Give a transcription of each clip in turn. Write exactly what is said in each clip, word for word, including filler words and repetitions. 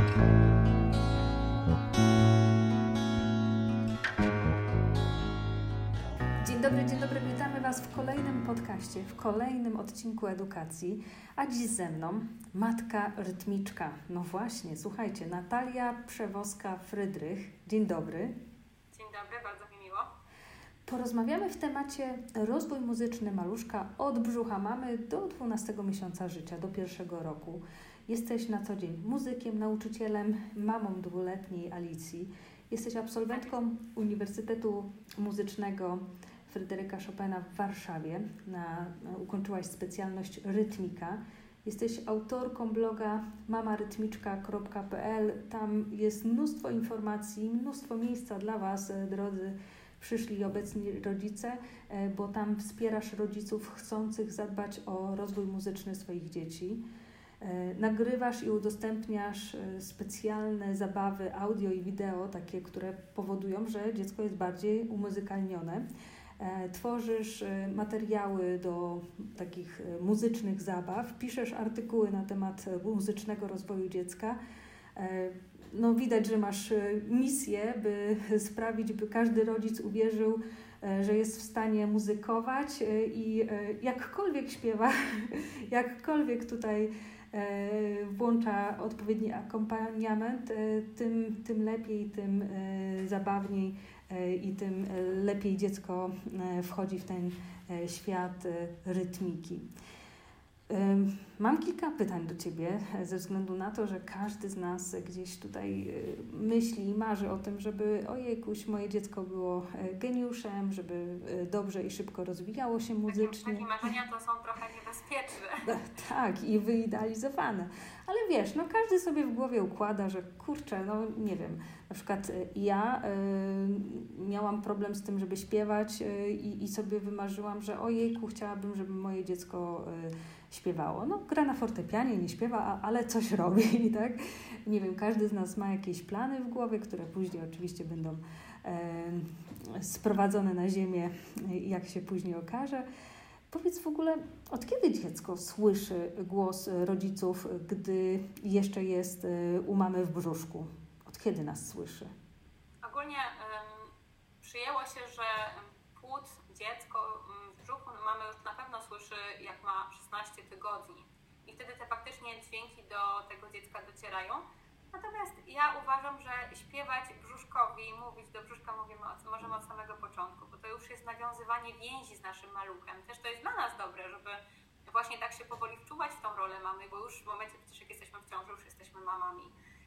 Dzień dobry, dzień dobry, witamy Was w kolejnym podcaście, w kolejnym odcinku edukacji, a dziś ze mną matka rytmiczka. No właśnie, słuchajcie, Natalia Przewozka-Frydrych. Dzień dobry. Dzień dobry, bardzo mi miło. Porozmawiamy w temacie rozwój muzyczny maluszka od brzucha mamy do dwunastego miesiąca życia, do pierwszego roku. Jesteś na co dzień muzykiem, nauczycielem, mamą dwuletniej Alicji. Jesteś absolwentką Uniwersytetu Muzycznego Fryderyka Chopina w Warszawie. Na, ukończyłaś specjalność rytmika. Jesteś autorką bloga mama rytmiczka kropka p l. Tam jest mnóstwo informacji, mnóstwo miejsca dla Was, drodzy przyszli i obecni rodzice, bo tam wspierasz rodziców chcących zadbać o rozwój muzyczny swoich dzieci. Nagrywasz i udostępniasz specjalne zabawy audio i wideo, takie, które powodują, że dziecko jest bardziej umuzykalnione. Tworzysz materiały do takich muzycznych zabaw, piszesz artykuły na temat muzycznego rozwoju dziecka. No widać, że masz misję, by sprawić, by każdy rodzic uwierzył, że jest w stanie muzykować i jakkolwiek śpiewa, jakkolwiek tutaj włącza odpowiedni akompaniament, tym, tym lepiej, tym zabawniej i tym lepiej dziecko wchodzi w ten świat rytmiki. Mam kilka pytań do Ciebie, ze względu na to, że każdy z nas gdzieś tutaj myśli i marzy o tym, żeby ojejkuś, moje dziecko było geniuszem, żeby dobrze i szybko rozwijało się muzycznie. Takie marzenia to są trochę niebezpieczne. Tak, i wyidealizowane. Ale wiesz, no każdy sobie w głowie układa, że kurczę, no nie wiem, na przykład ja y, miałam problem z tym, żeby śpiewać y, i sobie wymarzyłam, że ojejku, chciałabym, żeby moje dziecko y, śpiewało. No gra na fortepianie, nie śpiewa, ale coś robi, tak? Nie wiem, każdy z nas ma jakieś plany w głowie, które później oczywiście będą y, sprowadzone na ziemię, jak się później okaże. Powiedz w ogóle, od kiedy dziecko słyszy głos rodziców, gdy jeszcze jest u mamy w brzuszku? Od kiedy nas słyszy? Ogólnie um, przyjęło się, że płód, dziecko w brzuchu mamy już na pewno słyszy, jak ma szesnaście tygodni. I wtedy te faktycznie dźwięki do tego dziecka docierają. Natomiast ja uważam, że śpiewać brzuszkowi, mówić do brzuszka mówimy od, możemy od samego początku, bo to już jest nawiązywanie więzi z naszym maluchem. Też to jest dla nas dobre, żeby właśnie tak się powoli wczuwać w tą rolę mamy, bo już w momencie, przecież jak jesteśmy w ciąży, już jesteśmy mamami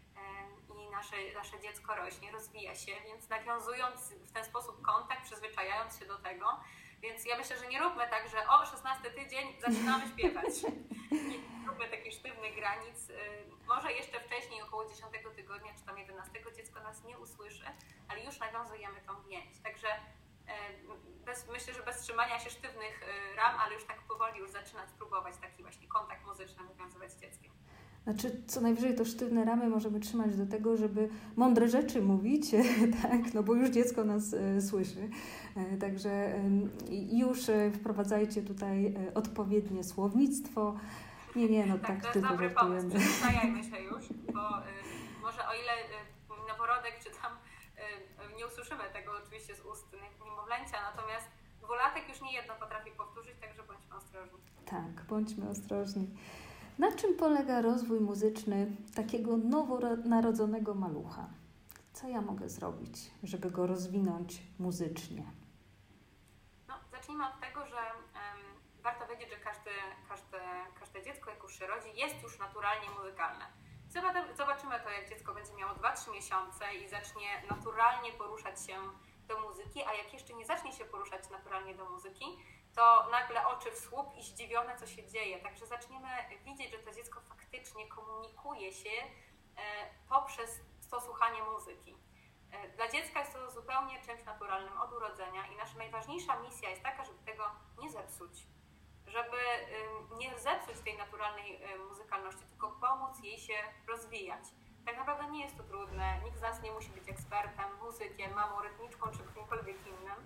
i nasze, nasze dziecko rośnie, rozwija się, więc nawiązując w ten sposób kontakt, przyzwyczajając się do tego, więc ja myślę, że nie róbmy tak, że o, szesnasty tydzień zaczynamy śpiewać. Nie róbmy takich sztywnych granic. Może jeszcze wcześniej, około dziesiątego tygodnia czy tam jedenastego dziecko nas nie usłyszy, ale już nawiązujemy tą więź. Także bez, myślę, że bez trzymania się sztywnych ram, ale już tak powoli już zaczynać próbować taki właśnie kontakt muzyczny nawiązywać z dzieckiem. Znaczy, co najwyżej to sztywne ramy możemy trzymać do tego, żeby mądre rzeczy mówić, tak, no bo już dziecko nas e, słyszy. E, także e, już e, wprowadzajcie tutaj e, odpowiednie słownictwo. Nie, nie, no tak, tak to tylko jest dobry żartujemy. pomysł, przyzwyczajajmy się już, bo y, może o ile y, noworodek czy tam y, nie usłyszymy tego oczywiście z ust niemowlęcia, natomiast dwulatek już niejedno potrafi powtórzyć, także bądźmy ostrożni. Tak, bądźmy ostrożni. Na czym polega rozwój muzyczny takiego nowonarodzonego malucha? Co ja mogę zrobić, żeby go rozwinąć muzycznie? No, zacznijmy od tego, że um, warto wiedzieć, że każde, każde, każde dziecko, jak już się rodzi, jest już naturalnie muzykalne. Zobaczymy to, jak dziecko będzie miało dwa trzy miesiące i zacznie naturalnie poruszać się do muzyki, a jak jeszcze nie zacznie się poruszać naturalnie do muzyki, to nagle oczy w słup i zdziwione, co się dzieje. Także zaczniemy widzieć, że to dziecko faktycznie komunikuje się poprzez to słuchanie muzyki. Dla dziecka jest to zupełnie czymś naturalnym od urodzenia i nasza najważniejsza misja jest taka, żeby tego nie zepsuć. Żeby nie zepsuć tej naturalnej muzykalności, tylko pomóc jej się rozwijać. Tak naprawdę nie jest to trudne, nikt z nas nie musi być ekspertem, muzykiem, mamą rytmiczką czy kimkolwiek innym.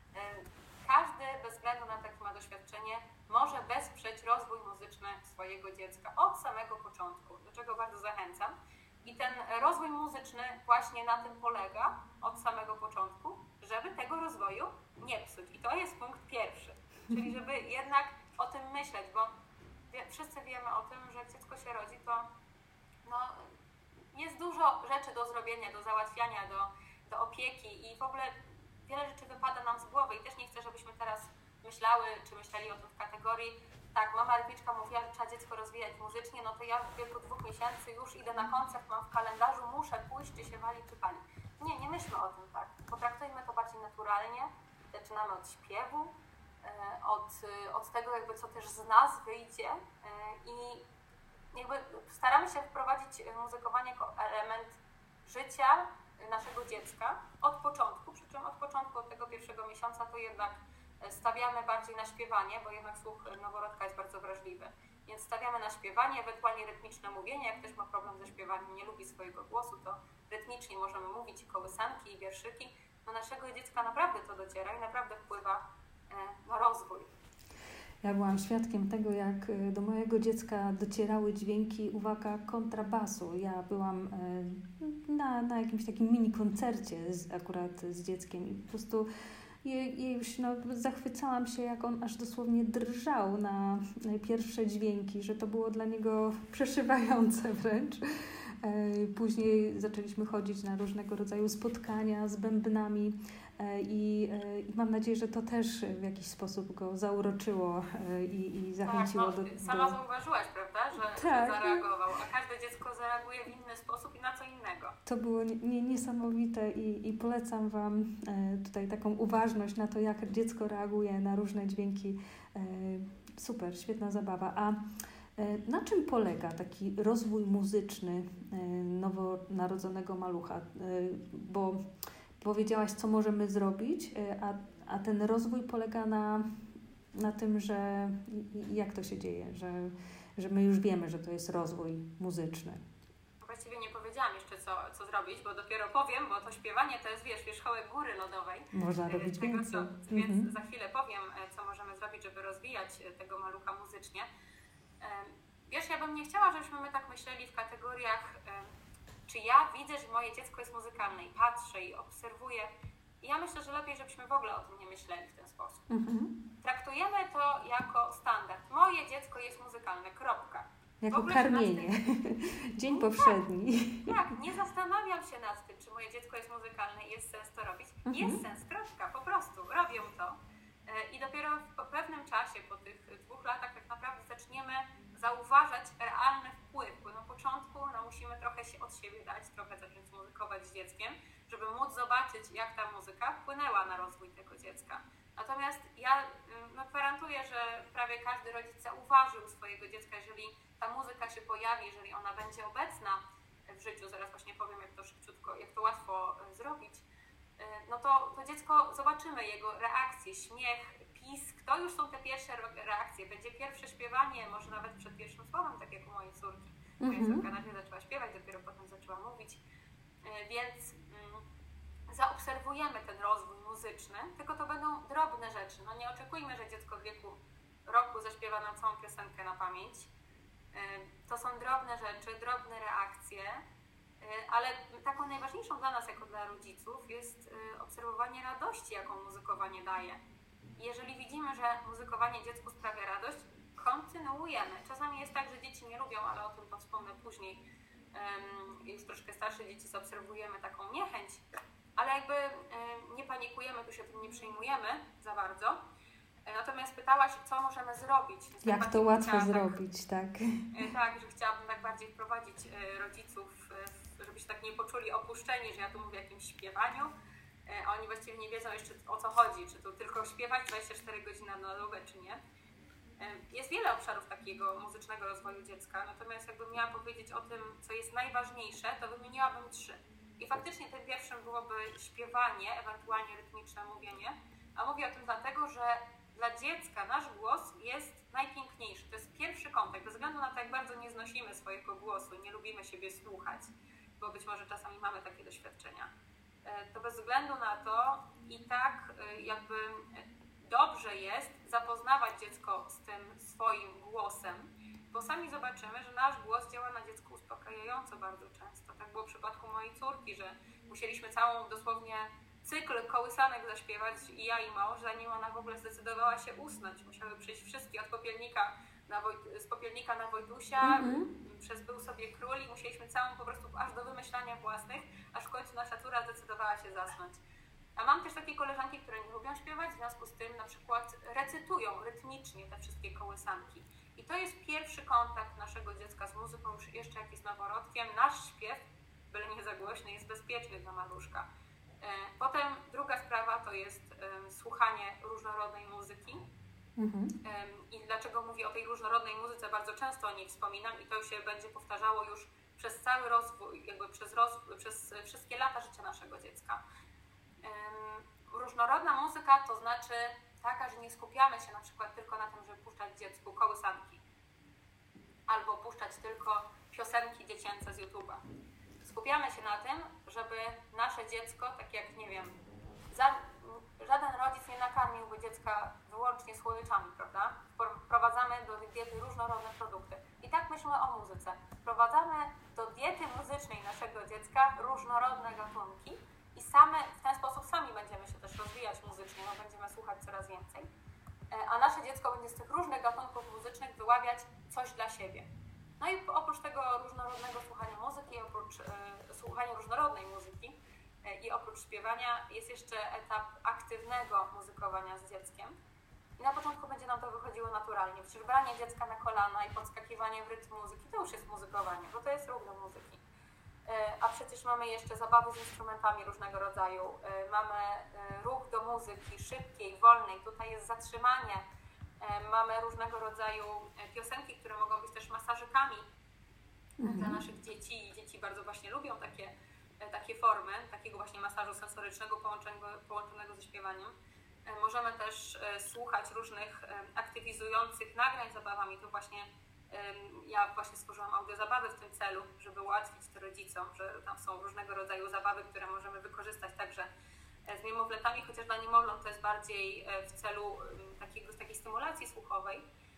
Każdy bez względu na to, jakie ma doświadczenie, może wesprzeć rozwój muzyczny swojego dziecka od samego początku, do czego bardzo zachęcam. I ten rozwój muzyczny właśnie na tym polega od samego początku, żeby tego rozwoju nie psuć. I to jest punkt pierwszy. Czyli żeby jednak o tym myśleć, bo wszyscy wiemy o tym, że jak dziecko się rodzi, to no, jest dużo rzeczy do zrobienia, do załatwiania, do, do opieki i w ogóle wiele rzeczy wypada nam z głowy i też nie chcę, żebyśmy teraz myślały, czy myśleli o tym w kategorii tak, mama rytmiczka mówiła, że trzeba dziecko rozwijać muzycznie, no to ja w wieku dwóch miesięcy już idę na koncert, mam w kalendarzu, muszę pójść, czy się wali, czy pali. Nie, nie myślmy o tym tak. Potraktujmy to bardziej naturalnie. Zaczynamy od śpiewu, od, od tego jakby co też z nas wyjdzie i jakby staramy się wprowadzić muzykowanie jako element życia naszego dziecka od początku, przy czym od początku, od tego pierwszego miesiąca to jednak stawiamy bardziej na śpiewanie, bo jednak słuch noworodka jest bardzo wrażliwy. Więc stawiamy na śpiewanie, ewentualnie rytmiczne mówienie. Jak ktoś ma problem ze śpiewaniem, nie lubi swojego głosu, to rytmicznie możemy mówić i kołysanki, i wierszyki. Do naszego dziecka naprawdę to dociera i naprawdę wpływa na rozwój. Ja byłam świadkiem tego, jak do mojego dziecka docierały dźwięki, uwaga, kontrabasu. Ja byłam na, na jakimś takim mini koncercie z, akurat z dzieckiem i po prostu I, i już no, zachwycałam się, jak on aż dosłownie drżał na pierwsze dźwięki, że to było dla niego przeszywające wręcz. Później zaczęliśmy chodzić na różnego rodzaju spotkania z bębnami i, i mam nadzieję, że to też w jakiś sposób go zauroczyło i, i zachęciło tak, no, do, do... Sama zauważyłaś, prawda, że, tak. że zareagował, a każde dziecko zareaguje w inny sposób i na co innego. To było nie, niesamowite i, i polecam Wam tutaj taką uważność na to, jak dziecko reaguje na różne dźwięki. Super, świetna zabawa. A na czym polega taki rozwój muzyczny nowonarodzonego malucha? Bo powiedziałaś, co możemy zrobić, a, a ten rozwój polega na, na tym, że jak to się dzieje, że, że my już wiemy, że to jest rozwój muzyczny. Właściwie nie powiedziałam jeszcze, co, co zrobić, bo dopiero powiem, bo to śpiewanie to jest, wiesz, wierzchołek góry lodowej. Można robić tego, więcej. Co, więc mm-hmm. za chwilę powiem, co możemy zrobić, żeby rozwijać tego malucha muzycznie. Wiesz, ja bym nie chciała, żebyśmy my tak myśleli w kategoriach, czy ja widzę, że moje dziecko jest muzykalne i patrzę i obserwuję. I ja myślę, że lepiej, żebyśmy w ogóle o tym nie myśleli w ten sposób. Mm-hmm. Traktujemy to jako standard. Moje dziecko jest muzykalne, kropka. Jako karmienie. Tym... Dzień powszedni. Tak, tak, nie zastanawiam się nad tym, czy moje dziecko jest muzykalne i jest sens to robić. Mm-hmm. Jest sens, kropka, po prostu. Robią to. I dopiero po pewnym czasie, po tych dwóch latach tak naprawdę zaczniemy zauważać realny wpływ, bo na początku no, musimy trochę się od siebie dać, trochę zacząć muzykować z dzieckiem, żeby móc zobaczyć, jak ta muzyka wpłynęła na rozwój tego dziecka. Natomiast ja no, gwarantuję, że prawie każdy rodzic zauważy u swojego dziecka, jeżeli ta muzyka się pojawi, jeżeli ona będzie obecna w życiu, zaraz właśnie powiem, jak to szybciutko, jak to łatwo zrobić, no to, to dziecko, zobaczymy jego reakcję, śmiech, pisk, to już są te pierwsze reakcje. Będzie pierwsze śpiewanie, może nawet przed pierwszym słowem, tak jak u mojej córki. Moja mm-hmm. córka najpierw zaczęła śpiewać, dopiero potem zaczęła mówić. Więc mm, zaobserwujemy ten rozwój muzyczny, tylko to będą drobne rzeczy. No nie oczekujmy, że dziecko w wieku roku zaśpiewa nam całą piosenkę na pamięć. To są drobne rzeczy, drobne reakcje. Ale taką najważniejszą dla nas, jako dla rodziców, jest obserwowanie radości, jaką muzykowanie daje. Jeżeli widzimy, że muzykowanie dziecku sprawia radość, kontynuujemy. Czasami jest tak, że dzieci nie lubią, ale o tym to wspomnę później. Już troszkę starsze dzieci zaobserwujemy taką niechęć, ale jakby nie panikujemy, tu się tym nie przejmujemy za bardzo. Natomiast pytałaś, co możemy zrobić. Więc jak to łatwo zrobić, tak? Tak, tak, że chciałabym tak bardziej wprowadzić rodziców, żeby się tak nie poczuli opuszczeni, że ja tu mówię o jakimś śpiewaniu. Oni właściwie nie wiedzą jeszcze, o co chodzi, czy to tylko śpiewać dwadzieścia cztery godziny na dobę, czy nie. Jest wiele obszarów takiego muzycznego rozwoju dziecka, natomiast jakbym miała powiedzieć o tym, co jest najważniejsze, to wymieniłabym trzy. I faktycznie tym pierwszym byłoby śpiewanie, ewentualnie rytmiczne mówienie, a mówię o tym dlatego, że dla dziecka nasz głos jest najpiękniejszy. To jest pierwszy kontakt, bez względu na to, jak bardzo nie znosimy swojego głosu, nie lubimy siebie słuchać, bo być może czasami mamy takie doświadczenia. To bez względu na to i tak jakby dobrze jest zapoznawać dziecko z tym swoim głosem bo sami zobaczymy, że nasz głos działa na dziecku uspokajająco bardzo często. Tak było w przypadku mojej córki, że musieliśmy całą dosłownie cykl kołysanek zaśpiewać i ja i mąż, zanim ona w ogóle zdecydowała się usnąć. Musiały przyjść wszystkie od popielnika na Woj- z popielnika na Wojtusia, mm-hmm. przez Był sobie król i musieliśmy całą po prostu aż do wymyślania własnych, aż w końcu nasza córa zdecydowała się zasnąć. A mam też takie koleżanki, które nie lubią śpiewać, w związku z tym na przykład recytują rytmicznie te wszystkie kołysanki. I to jest pierwszy kontakt naszego dziecka z muzyką, już jeszcze jak jest noworodkiem. Nasz śpiew, byle nie za głośny, jest bezpieczny dla maluszka. Potem druga sprawa to jest um, słuchanie różnorodnej muzyki. Mhm. Um, I dlaczego mówię o tej różnorodnej muzyce, bardzo często o niej wspominam i to się będzie powtarzało już przez cały rozwój, jakby przez, rozwój, przez wszystkie lata życia naszego dziecka. Um, różnorodna muzyka to znaczy taka, że nie skupiamy się na przykład tylko na tym, żeby puszczać dziecku kołysanki albo puszczać tylko piosenki dziecięce z YouTube'a. Skupiamy się na tym, żeby nasze dziecko, tak jak, nie wiem, za, żaden rodzic nie nakarmiłby dziecka wyłącznie słodyczami, prawda? Wprowadzamy do diety różnorodne produkty. I tak myślmy o muzyce. Wprowadzamy do diety muzycznej naszego dziecka różnorodne gatunki i same, w ten sposób sami będziemy się też rozwijać muzycznie, no będziemy słuchać coraz więcej. A nasze dziecko będzie z tych różnych gatunków muzycznych wyławiać coś dla siebie. No i oprócz tego różnorodnego słuchania muzyki, oprócz e, słuchania różnorodnej muzyki e, i oprócz śpiewania jest jeszcze etap aktywnego muzykowania z dzieckiem. I na początku będzie nam to wychodziło naturalnie. Przecież branie dziecka na kolana i podskakiwanie w rytm muzyki to już jest muzykowanie, bo to jest ruch do muzyki. E, a przecież mamy jeszcze zabawy z instrumentami różnego rodzaju. E, mamy e, ruch do muzyki szybkiej, wolnej. Tutaj jest zatrzymanie. Mamy różnego rodzaju piosenki, które mogą być też masażykami mhm. dla naszych dzieci i dzieci bardzo właśnie lubią takie, takie formy, takiego właśnie masażu sensorycznego połączonego, połączonego ze śpiewaniem. Możemy też słuchać różnych aktywizujących nagrań z zabawami. To właśnie ja właśnie stworzyłam audiozabawy w tym celu, żeby ułatwić to rodzicom, że tam są różnego rodzaju zabawy, które możemy wykorzystać także z niemowlętami, chociaż dla niemowląt to jest bardziej w celu takiego, takiej stymulacji słuchowej.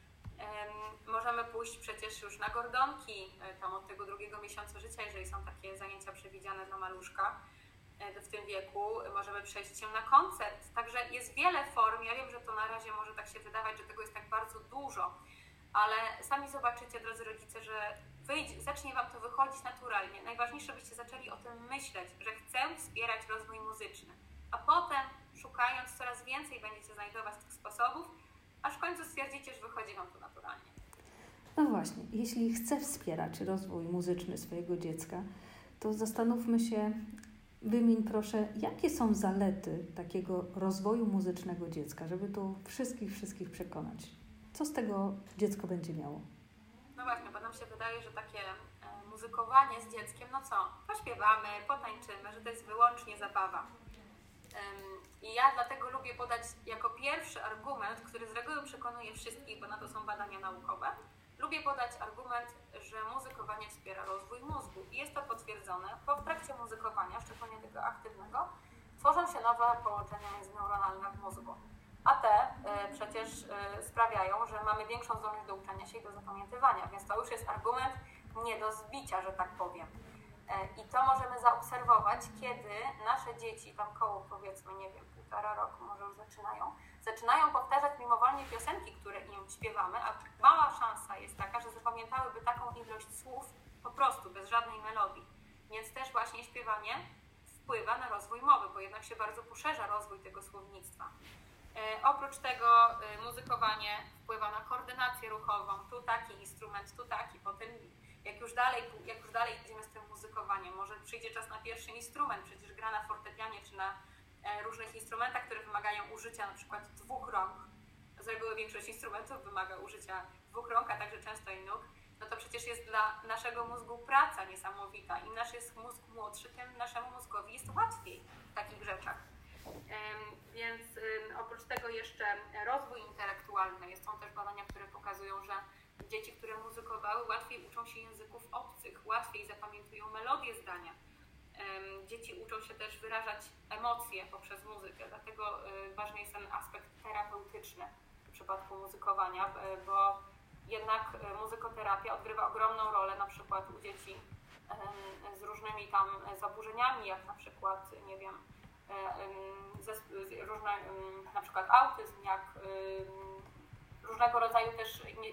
Możemy pójść przecież już na gordonki, tam od tego drugiego miesiąca życia, jeżeli są takie zajęcia przewidziane dla maluszka w tym wieku. Możemy przejść się na koncert. Także jest wiele form. Ja wiem, że to na razie może tak się wydawać, że tego jest tak bardzo dużo, ale sami zobaczycie, drodzy rodzice, że wyjdzie, zacznie Wam to wychodzić naturalnie. Najważniejsze, żebyście zaczęli o tym myśleć, że chcę wspierać rozwój muzyczny. A potem, szukając coraz więcej, będziecie znajdować tych sposobów, aż w końcu stwierdzicie, że wychodzi Wam to naturalnie. No właśnie, jeśli chcę wspierać rozwój muzyczny swojego dziecka, to zastanówmy się, wymień proszę, jakie są zalety takiego rozwoju muzycznego dziecka, żeby tu wszystkich, wszystkich przekonać. Co z tego dziecko będzie miało? No właśnie, bo nam się wydaje, że takie e, muzykowanie z dzieckiem, no co, pośpiewamy, potańczymy, że to jest wyłącznie zabawa. I ja dlatego lubię podać jako pierwszy argument, który z reguły przekonuje wszystkich, bo na to są badania naukowe. Lubię podać argument, że muzykowanie wspiera rozwój mózgu. I jest to potwierdzone, bo w trakcie muzykowania, szczególnie tego aktywnego, tworzą się nowe połączenia międzyneuronalne w mózgu. A te y, przecież y, sprawiają, że mamy większą zdolność do uczenia się i do zapamiętywania, więc to już jest argument nie do zbicia, że tak powiem. I to możemy zaobserwować, kiedy nasze dzieci, tam koło powiedzmy, nie wiem, półtora roku może już zaczynają, zaczynają powtarzać mimowolnie piosenki, które im śpiewamy, a mała szansa jest taka, że zapamiętałyby taką ilość słów po prostu, bez żadnej melodii. Więc też właśnie śpiewanie wpływa na rozwój mowy, bo jednak się bardzo poszerza rozwój tego słownictwa. E, oprócz tego e, muzykowanie wpływa na koordynację ruchową, tu taki instrument, tu taki, potem Jak już, dalej, jak już dalej idziemy z tym muzykowaniem, może przyjdzie czas na pierwszy instrument, przecież gra na fortepianie czy na e, różnych instrumentach, które wymagają użycia na przykład dwóch rąk. Z reguły większość instrumentów wymaga użycia dwóch rąk, a także często i nóg. No to przecież jest dla naszego mózgu praca niesamowita. Im nasz jest mózg młodszy, tym naszemu mózgowi jest łatwiej w takich rzeczach. Ym, więc ym, oprócz tego jeszcze rozwój intelektualny. Jest, są też badania, które pokazują, że dzieci, które muzykowały, łatwiej uczą się języków obcych, łatwiej zapamiętują melodię zdania. Dzieci uczą się też wyrażać emocje poprzez muzykę, dlatego ważny jest ten aspekt terapeutyczny w przypadku muzykowania, bo jednak muzykoterapia odgrywa ogromną rolę na przykład u dzieci z różnymi tam zaburzeniami, jak na przykład, nie wiem, różne, na przykład autyzm, jak różnego rodzaju też nie,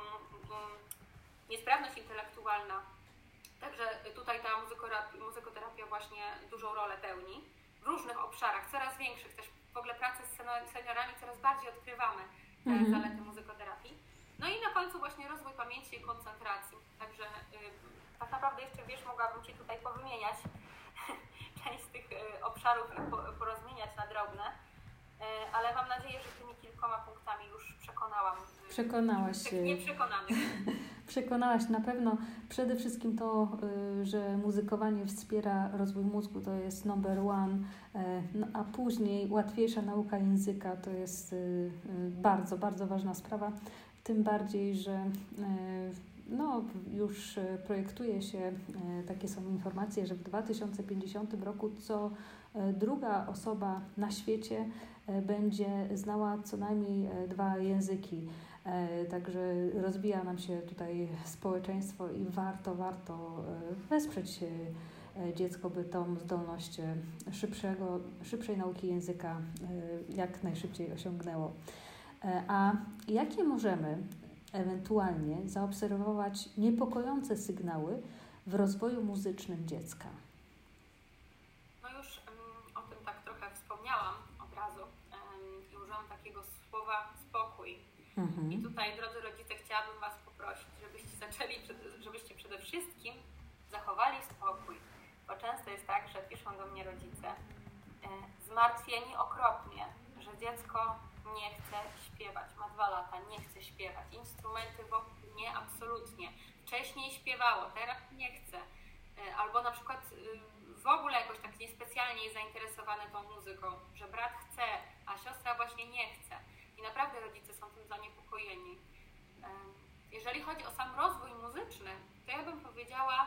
niesprawność intelektualna. Także tutaj ta muzykoterapia, muzykoterapia właśnie dużą rolę pełni w różnych obszarach, coraz większych. Też w ogóle pracę z seniorami coraz bardziej odkrywamy te mhm. zalety muzykoterapii. No i na końcu właśnie rozwój pamięci i koncentracji. Także yy, tak naprawdę jeszcze, wiesz, mogłabym Ci tutaj powymieniać część z tych yy, obszarów i po, porozmieniać na drobne, yy, ale mam nadzieję, że tymi kilkoma punktami już przekonałam. Yy, Przekonałaś się. Nieprzekonanych. Przekonałaś na pewno. Przede wszystkim to, yy, że muzykowanie wspiera rozwój mózgu, to jest number one, yy, no, a później łatwiejsza nauka języka to jest yy, yy, bardzo, bardzo ważna sprawa. Tym bardziej, że no, już projektuje się, takie są informacje, że w dwa tysiące pięćdziesiątym roku co druga osoba na świecie będzie znała co najmniej dwa języki. Także rozwija nam się tutaj społeczeństwo i warto, warto wesprzeć dziecko, by tą zdolność szybszego, szybszej nauki języka jak najszybciej osiągnęło. A jakie możemy ewentualnie zaobserwować niepokojące sygnały w rozwoju muzycznym dziecka? No już um, o tym tak trochę wspomniałam od razu um, i użyłam takiego słowa spokój. Mhm. I tutaj, drodzy rodzice, chciałabym Was poprosić, żebyście zaczęli, żebyście przede wszystkim zachowali spokój, bo często jest tak, że piszą do mnie rodzice e, zmartwieni okropnie, że dziecko nie chce śpiewać, ma dwa lata, nie chce śpiewać, instrumenty w ogóle nie, absolutnie. Wcześniej śpiewało, teraz nie chce. Albo na przykład w ogóle jakoś tak niespecjalnie jest zainteresowany tą muzyką, że brat chce, a siostra właśnie nie chce. I naprawdę rodzice są tym zaniepokojeni. Jeżeli chodzi o sam rozwój muzyczny, to ja bym powiedziała,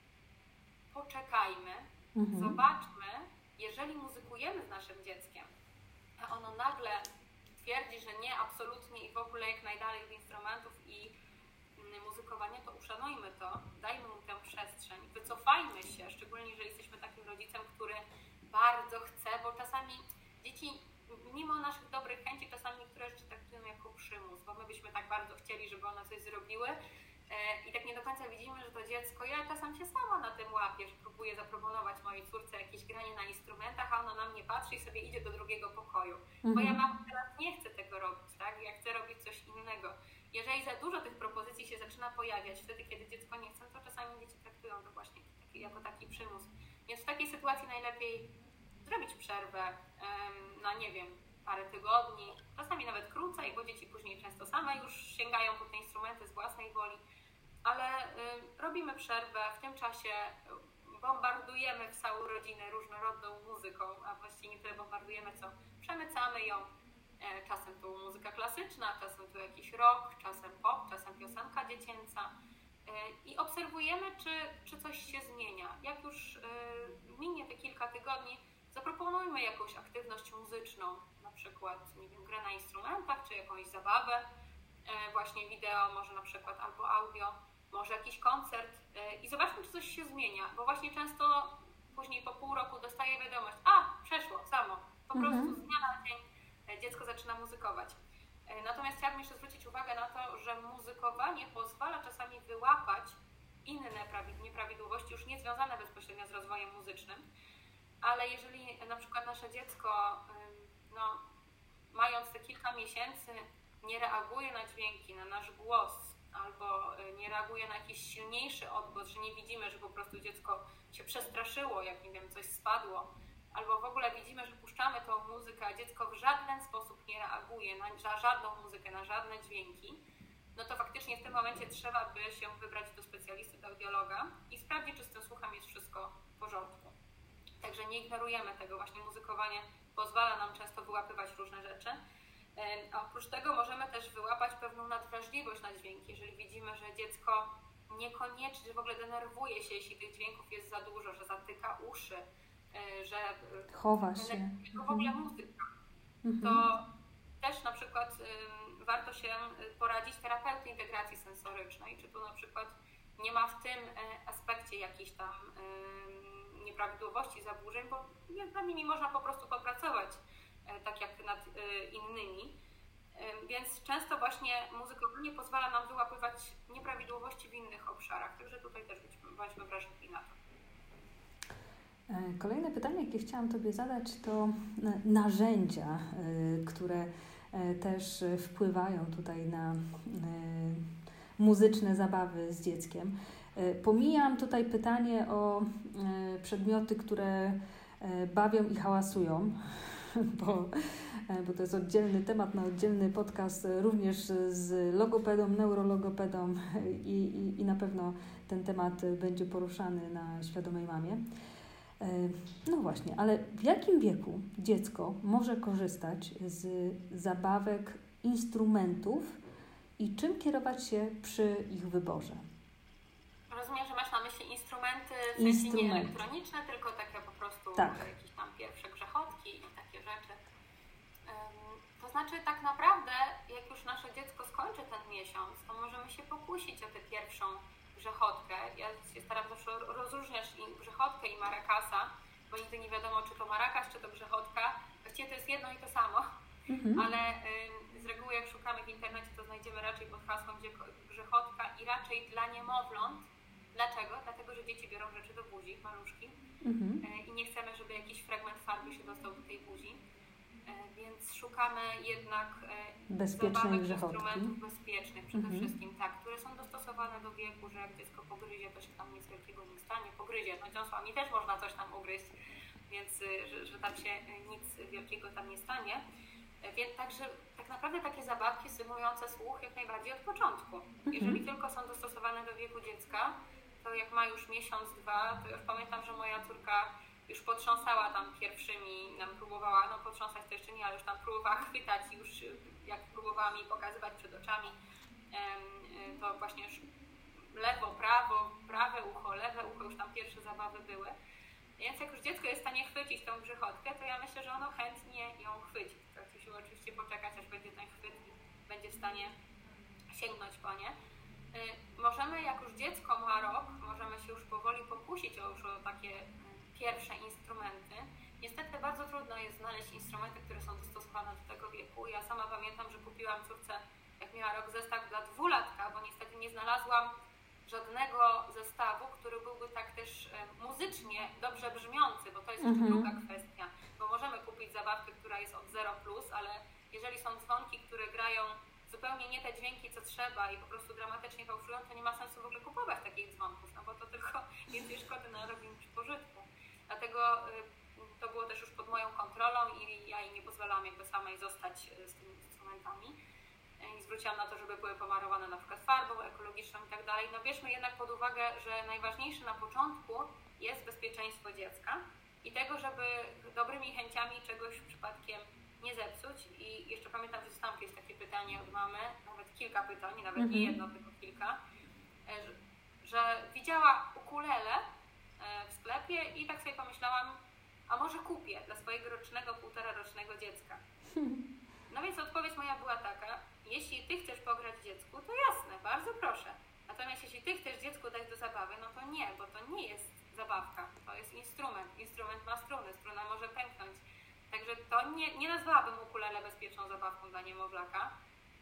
poczekajmy, mhm. zobaczmy, jeżeli muzykujemy z naszym dzieckiem, a ono nagle twierdzi, że nie, absolutnie i w ogóle jak najdalej od instrumentów i muzykowania, to uszanujmy to, dajmy mu tę przestrzeń, wycofajmy się, szczególnie jeżeli jesteśmy takim rodzicem, który bardzo chce, bo czasami dzieci, mimo naszych dobrych chęci, czasami niektóre rzeczy traktują jako przymus, bo my byśmy tak bardzo chcieli, żeby one coś zrobiły i tak nie do końca widzimy, że to dziecko, ja czasem się sama na tym łapię, że próbuję zaproponować mojej córce jakieś granie na instrumentach, a ona na mnie patrzy i sobie idzie do drugiego pokoju. Mhm. Bo ja mam teraz nie chcę tego robić, tak? Ja chcę robić coś innego. Jeżeli za dużo tych propozycji się zaczyna pojawiać wtedy, kiedy dziecko nie chce, to czasami dzieci traktują to właśnie taki, jako taki przymus. Więc w takiej sytuacji najlepiej zrobić przerwę, um, no nie wiem, parę tygodni, czasami nawet krócej, bo dzieci później często same już sięgają po te instrumenty z własnej woli. Ale y, robimy przerwę, w tym czasie bombardujemy w całą rodzinę różnorodną muzyką, a właściwie nie tyle bombardujemy, co przemycamy ją. E, czasem to muzyka klasyczna, czasem to jakiś rock, czasem pop, czasem piosenka dziecięca. E, I obserwujemy, czy, czy coś się zmienia. Jak już y, minie te kilka tygodni, zaproponujmy jakąś aktywność muzyczną, na przykład, nie wiem, grę na instrumentach, czy jakąś zabawę, e, właśnie wideo, może na przykład albo audio. Może jakiś koncert i zobaczmy, czy coś się zmienia, bo właśnie często później po pół roku dostaję wiadomość, a przeszło samo, po mhm. prostu z dnia na dzień dziecko zaczyna muzykować. Natomiast chciałabym jeszcze zwrócić uwagę na to, że muzykowanie pozwala czasami wyłapać inne nieprawidłowości, już nie związane bezpośrednio z rozwojem muzycznym, ale jeżeli na przykład nasze dziecko, no, mając te kilka miesięcy, nie reaguje na dźwięki, na nasz głos, albo nie reaguje na jakiś silniejszy odgłos, że nie widzimy, że po prostu dziecko się przestraszyło, jak nie wiem, coś spadło, albo w ogóle widzimy, że puszczamy tą muzykę, a dziecko w żaden sposób nie reaguje na, na żadną muzykę, na żadne dźwięki, no to faktycznie w tym momencie trzeba by się wybrać do specjalisty, do audiologa i sprawdzić, czy z tym słuchem jest wszystko w porządku. Także nie ignorujemy tego, właśnie muzykowanie pozwala nam często wyłapywać różne rzeczy. A oprócz tego możemy też wyłapać pewną nadwrażliwość na dźwięki, jeżeli widzimy, że dziecko niekoniecznie, że w ogóle denerwuje się, jeśli tych dźwięków jest za dużo, że zatyka uszy, że chowa się, w ogóle muzyka, to też na przykład warto się poradzić terapeuty integracji sensorycznej, czy tu na przykład nie ma w tym aspekcie jakichś tam nieprawidłowości, zaburzeń, bo nad nimi można po prostu popracować, tak jak nad innymi. Więc często właśnie muzykowanie pozwala nam wyłapywać nieprawidłowości w innych obszarach, także tutaj też bądźmy wrażliwi na to. Kolejne pytanie, jakie chciałam Tobie zadać, to narzędzia, które też wpływają tutaj na muzyczne zabawy z dzieckiem. Pomijam tutaj pytanie o przedmioty, które bawią i hałasują, bo, bo to jest oddzielny temat na oddzielny podcast, również z logopedą, neurologopedą i, i, i na pewno ten temat będzie poruszany na Świadomej Mamie. No właśnie, ale w jakim wieku dziecko może korzystać z zabawek, instrumentów i czym kierować się przy ich wyborze? Rozumiem, że masz na myśli instrumenty, w sensie Instrumenty. nie elektroniczne, tylko takie po prostu tak. jakieś tam pierwsze grzechotki i takie rzeczy. To znaczy tak naprawdę, jak już nasze dziecko skończy ten miesiąc, to możemy się pokusić o tę pierwszą grzechotkę. Ja się staram zawsze rozróżniać i grzechotkę i marakasa, bo nigdy nie wiadomo, czy to marakas, czy to grzechotka. Właściwie to jest jedno i to samo, mhm. ale y, z reguły jak szukamy w internecie, to znajdziemy raczej pod hasłem grzechotka i raczej dla niemowląt. Dlaczego? Dlatego, że dzieci biorą rzeczy do buzi, maluszki mhm. y, i nie chcemy, żeby jakiś fragment farby się dostał do tej buzi. Więc szukamy jednak bezpiecznych instrumentów bezpiecznych przede mhm. wszystkim, tak, które są dostosowane do wieku, że jak dziecko pogryzie, to się tam nic wielkiego nie stanie. Pogryzie, no dziąsłami też można coś tam ugryźć, więc że, że tam się nic wielkiego tam nie stanie. Więc także tak naprawdę takie zabawki symulujące słuch jak najbardziej od początku. Mhm. Jeżeli tylko są dostosowane do wieku dziecka, to jak ma już miesiąc, dwa, to już pamiętam, że moja córka już potrząsała tam pierwszymi, nam próbowała, no potrząsać to jeszcze nie, ale już tam próbowała chwytać i już jak próbowała mi pokazywać przed oczami, to właśnie już lewo, prawo, prawe ucho, lewe ucho, już tam pierwsze zabawy były. Więc jak już dziecko jest w stanie chwycić tą grzechotkę, to ja myślę, że ono chętnie ją chwyci. To musimy oczywiście poczekać, aż będzie ten chwyt i będzie w stanie sięgnąć po nie. Możemy, jak już dziecko ma rok, możemy się już powoli pokusić o już o takie pierwsze instrumenty. Niestety bardzo trudno jest znaleźć instrumenty, które są dostosowane do tego wieku. Ja sama pamiętam, że kupiłam córce, jak miała rok, zestaw dla dwulatka, bo niestety nie znalazłam żadnego zestawu, który byłby tak też muzycznie dobrze brzmiący, bo to jest mhm. druga kwestia, bo możemy kupić zabawkę, która jest od zero plus, ale jeżeli są dzwonki, które grają zupełnie nie te dźwięki, co trzeba i po prostu dramatycznie fałszują, to nie ma sensu w ogóle kupować takich dzwonków, no bo to tylko więcej szkody narobi niż pożytku. Dlatego y, to było też już pod moją kontrolą i ja jej nie pozwalałam jakby samej zostać z tymi instrumentami. I zwróciłam na to, żeby były pomarowane na przykład farbą ekologiczną i tak dalej. No bierzmy jednak pod uwagę, że najważniejsze na początku jest bezpieczeństwo dziecka i tego, żeby dobrymi chęciami czegoś przypadkiem nie zepsuć. I jeszcze pamiętam, że dostałam kiedyś takie pytanie od mamy, nawet kilka pytań, nawet mm-hmm. nie jedno, tylko kilka, że, że widziała ukulele w sklepie i tak sobie pomyślałam, a może kupię dla swojego rocznego, półtora rocznego dziecka. No więc odpowiedź moja była taka, jeśli ty chcesz pograć dziecku, to jasne, bardzo proszę. Natomiast jeśli ty chcesz dziecku dać do zabawy, no to nie, bo to nie jest zabawka, to jest instrument. Instrument ma struny, struna może pęknąć. Także to nie, nie nazwałabym ukulele bezpieczną zabawką dla niemowlaka.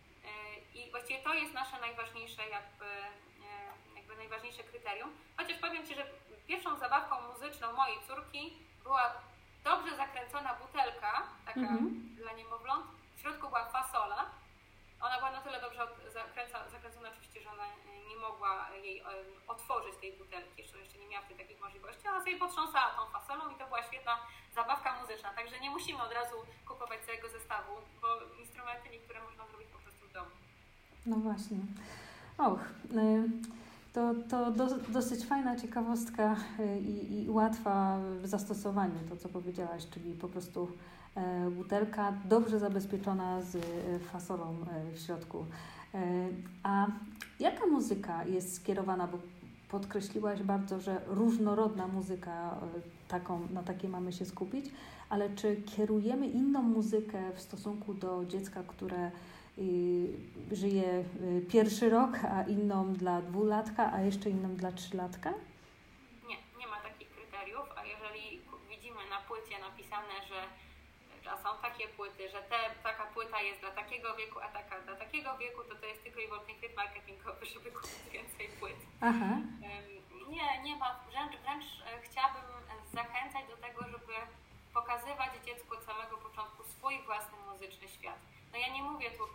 I właściwie to jest nasze najważniejsze jakby, jakby najważniejsze kryterium. Chociaż powiem Ci, że pierwszą zabawką muzyczną mojej córki była dobrze zakręcona butelka, taka mm-hmm. dla niemowląt. W środku była fasola. Ona była na tyle dobrze zakręca, zakręcona oczywiście, że ona nie mogła jej otworzyć tej butelki, jeszcze, jeszcze nie miała tej takich możliwości. Ona sobie potrząsała tą fasolą i to była świetna zabawka muzyczna. Także nie musimy od razu kupować całego zestawu, bo instrumenty niektóre można zrobić po prostu w domu. No właśnie. Och, to, to do, dosyć fajna ciekawostka i, i łatwa w zastosowaniu, to co powiedziałaś, czyli po prostu butelka dobrze zabezpieczona z fasolą w środku. A jaka muzyka jest skierowana, bo podkreśliłaś bardzo, że różnorodna muzyka, taką, na takiej mamy się skupić, ale czy kierujemy inną muzykę w stosunku do dziecka, które y, żyje y, pierwszy rok, a inną dla dwulatka, a jeszcze inną dla trzylatka? Nie, nie ma takich kryteriów, a jeżeli widzimy na płycie napisane, że a są takie płyty, że te, taka płyta jest dla takiego wieku, a taka dla takiego wieku, to to jest tylko i wyłącznie chwyt marketingowy, żeby kupić więcej płyt. Aha. Nie, nie ma. Wręcz, wręcz chciałabym zachęcać do tego, żeby pokazywać dziecku od samego początku swój własny muzyczny świat. No ja nie mówię tu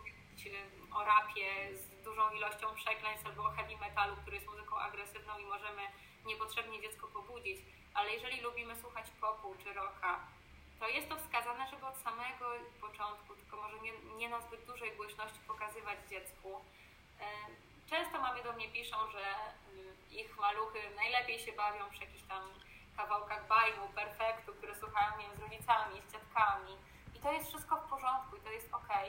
o rapie z dużą ilością przekleństw albo o heavy metalu, który jest muzyką agresywną i możemy niepotrzebnie dziecko pobudzić, ale jeżeli lubimy słuchać popu czy rocka, to jest to wskazane, żeby od samego początku, tylko może nie, nie na zbyt dużej głośności pokazywać dziecku. Często mamy do mnie piszą, że ich maluchy najlepiej się bawią przy jakichś tam kawałkach bajmu, perfektu, które słuchają nie wiem, z rodzicami, z dziadkami. I to jest wszystko w porządku i to jest okej.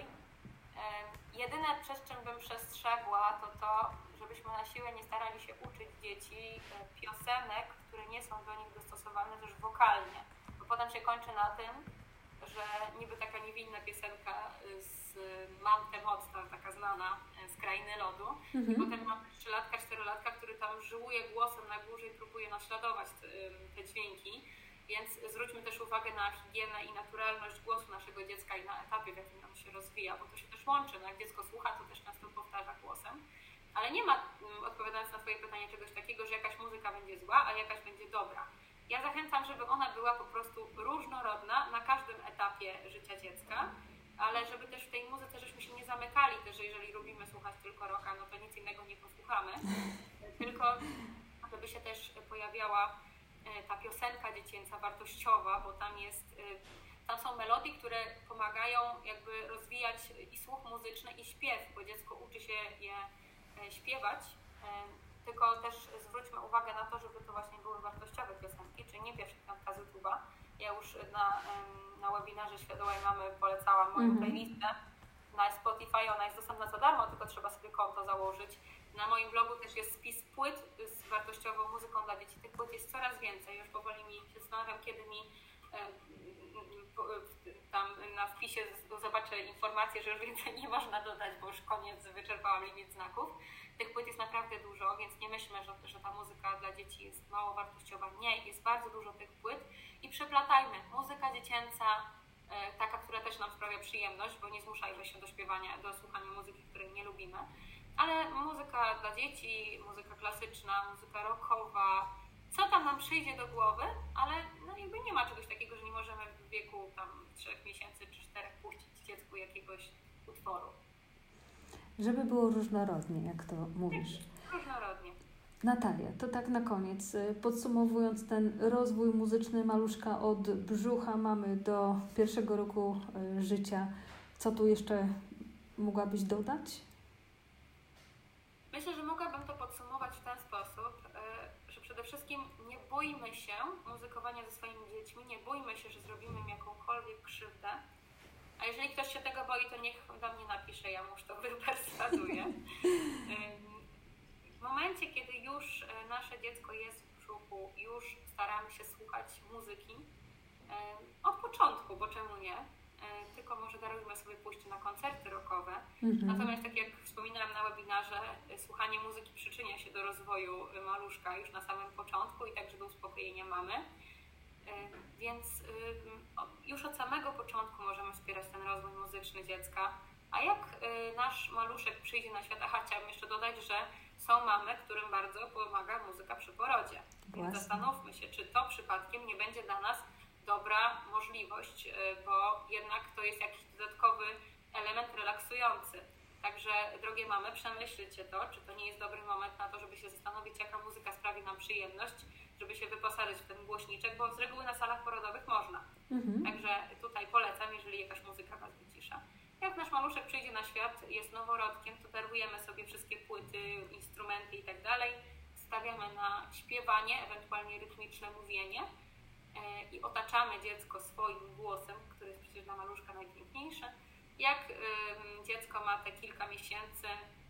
Jedyne, przed czym bym przestrzegła, to to, żebyśmy na siłę nie starali się uczyć dzieci piosenek, które nie są do nich dostosowane też wokalnie. Bo potem się kończy na tym, że niby taka niewinna piosenka z Mam tę moc, taka znana z Krainy Lodu, mhm. i potem mamy trzylatka, czterolatka, który tam żyłuje głosem na górze i próbuje naśladować te, te dźwięki. Więc zwróćmy też uwagę na higienę i naturalność głosu naszego dziecka i na etapie, w jakim on się rozwija, bo to się też łączy. No jak dziecko słucha, to też często powtarza głosem. Ale nie ma, odpowiadając na Twoje pytanie, czegoś takiego, że jakaś muzyka będzie zła, a jakaś będzie dobra. Ja zachęcam, żeby ona była po prostu różnorodna na każdym etapie życia dziecka, ale żeby też w tej muzyce żeśmy się nie zamykali, też że jeżeli lubimy słuchać tylko rocka, no to nic innego nie posłuchamy, tylko żeby się też pojawiała ta piosenka dziecięca, wartościowa, bo tam jest, tam są melodie, które pomagają jakby rozwijać i słuch muzyczny, i śpiew, bo dziecko uczy się je śpiewać, tylko też zwróćmy uwagę na to, żeby to właśnie były wartościowe piosenki, czyli nie pierwsza piątka z YouTube'a. Ja już na, na webinarze Świadomej Mamy polecałam moją mm-hmm. playlistę na Spotify, ona jest dostępna za darmo, tylko trzeba sobie konto założyć. Na moim blogu też jest spis płyt z wartościową muzyką dla dzieci. Tych płyt jest coraz więcej. Już powoli mi się zastanawiam, kiedy mi tam na wpisie zobaczę informację, że już więcej nie można dodać, bo już koniec, wyczerpałam limit znaków. Tych płyt jest naprawdę dużo, więc nie myślmy, że, że ta muzyka dla dzieci jest mało wartościowa. Nie, jest bardzo dużo tych płyt i przeplatajmy. Muzyka dziecięca, taka, która też nam sprawia przyjemność, bo nie zmuszajmy się do śpiewania, do słuchania muzyki, której nie lubimy. Ale muzyka dla dzieci, muzyka klasyczna, muzyka rockowa, co tam nam przyjdzie do głowy, ale no jakby nie ma czegoś takiego, że nie możemy w wieku tam trzech miesięcy czy czterech puścić dziecku jakiegoś utworu. Żeby było różnorodnie, jak to mówisz. Różnorodnie. Natalia, to tak na koniec, podsumowując ten rozwój muzyczny maluszka od brzucha mamy do pierwszego roku życia, co tu jeszcze mogłabyś dodać? Myślę, że mogłabym to podsumować w ten sposób, że przede wszystkim nie bójmy się muzykowania ze swoimi dziećmi, nie bójmy się, że zrobimy im jakąkolwiek krzywdę, a jeżeli ktoś się tego boi, to niech do mnie napisze, ja mu już to wyperswaduję. W momencie, kiedy już nasze dziecko jest w brzuchu, już staramy się słuchać muzyki, od początku, bo czemu nie? Tylko może darujmy sobie pójście na koncerty rockowe. Mhm. Natomiast tak jak wspominałam na webinarze, słuchanie muzyki przyczynia się do rozwoju maluszka już na samym początku i także do uspokojenia mamy. Więc już od samego początku możemy wspierać ten rozwój muzyczny dziecka. A jak nasz maluszek przyjdzie na świat, aha, chciałabym jeszcze dodać, że są mamy, którym bardzo pomaga muzyka przy porodzie. Więc zastanówmy się, czy to przypadkiem nie będzie dla nas dobra możliwość, bo jednak to jest jakiś dodatkowy element relaksujący. Także, drogie mamy, przemyślcie to, czy to nie jest dobry moment na to, żeby się zastanowić, jaka muzyka sprawi nam przyjemność, żeby się wyposażyć w ten głośniczek, bo z reguły na salach porodowych można. Mhm. Także tutaj polecam, jeżeli jakaś muzyka Was wycisza. Jak nasz maluszek przyjdzie na świat, jest noworodkiem, to darujemy sobie wszystkie płyty, instrumenty i tak dalej, stawiamy na śpiewanie, ewentualnie rytmiczne mówienie i otaczamy dziecko swoim głosem, który jest przecież dla maluszka najpiękniejszy. Jak dziecko ma te kilka miesięcy,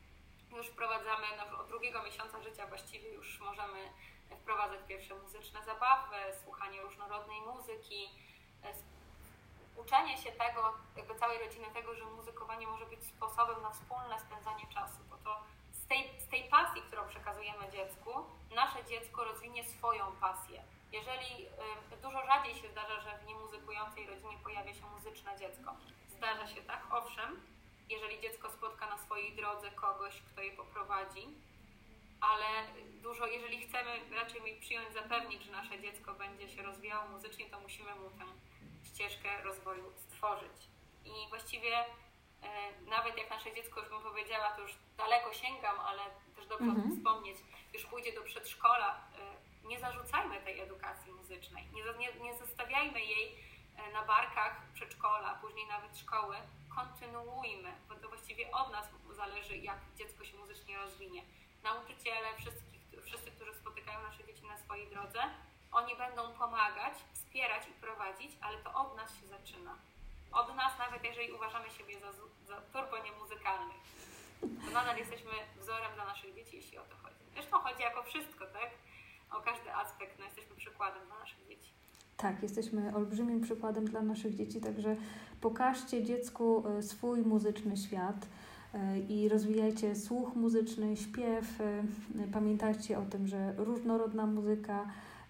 już wprowadzamy, no, od drugiego miesiąca życia właściwie już możemy wprowadzać pierwsze muzyczne zabawy, słuchanie różnorodnej muzyki, uczenie się tego, jakby całej rodziny tego, że muzykowanie może być sposobem na wspólne spędzanie czasu, bo to z tej, z tej pasji, którą przekazujemy dziecku, nasze dziecko rozwinie swoją pasję. Jeżeli y, dużo rzadziej się zdarza, że w niemuzykującej rodzinie pojawia się muzyczne dziecko. Zdarza się tak, owszem, jeżeli dziecko spotka na swojej drodze kogoś, kto je poprowadzi, ale dużo, jeżeli chcemy raczej mi przyjąć, zapewnić, że nasze dziecko będzie się rozwijało muzycznie, to musimy mu tę ścieżkę rozwoju stworzyć. I właściwie e, nawet jak nasze dziecko, już bym powiedziała, to już daleko sięgam, ale też dobrze mm-hmm. o tym wspomnieć, już pójdzie do przedszkola, e, nie zarzucajmy tej edukacji muzycznej, nie, nie, nie zostawiajmy jej e, na barkach przedszkola, później nawet szkoły, kontynuujmy, bo to właściwie od nas zależy, jak dziecko się muzycznie rozwinie. Nauczyciele, wszystkich, wszyscy, którzy spotykają nasze dzieci na swojej drodze, oni będą pomagać, wspierać i prowadzić, ale to od nas się zaczyna. Od nas, nawet jeżeli uważamy siebie za, za turbo niemuzykalnych, to nadal jesteśmy wzorem dla naszych dzieci, jeśli o to chodzi. Zresztą chodzi jako wszystko, tak? O każdy aspekt, no jesteśmy przykładem dla naszych dzieci. Tak, jesteśmy olbrzymim przykładem dla naszych dzieci, także pokażcie dziecku swój muzyczny świat i rozwijajcie słuch muzyczny, śpiew. Pamiętajcie o tym, że różnorodna muzyka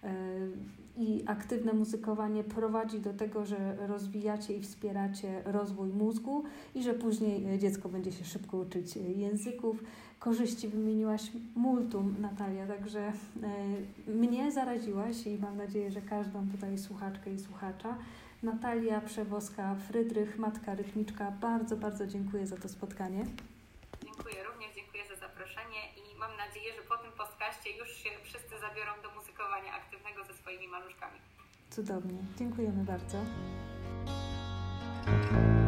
i aktywne muzykowanie prowadzi do tego, że rozwijacie i wspieracie rozwój mózgu i że później dziecko będzie się szybko uczyć języków. Korzyści wymieniłaś multum, Natalia, także mnie zaraziłaś i mam nadzieję, że każdą tutaj słuchaczkę i słuchacza. Natalia Przewozka-Frydrych, matka rytmiczka, bardzo, bardzo dziękuję za to spotkanie. Dziękuję również, dziękuję za zaproszenie i mam nadzieję, że po tym podcaście już się wszyscy zabiorą do muzykowania aktywnego ze swoimi maluszkami. Cudownie, dziękujemy bardzo.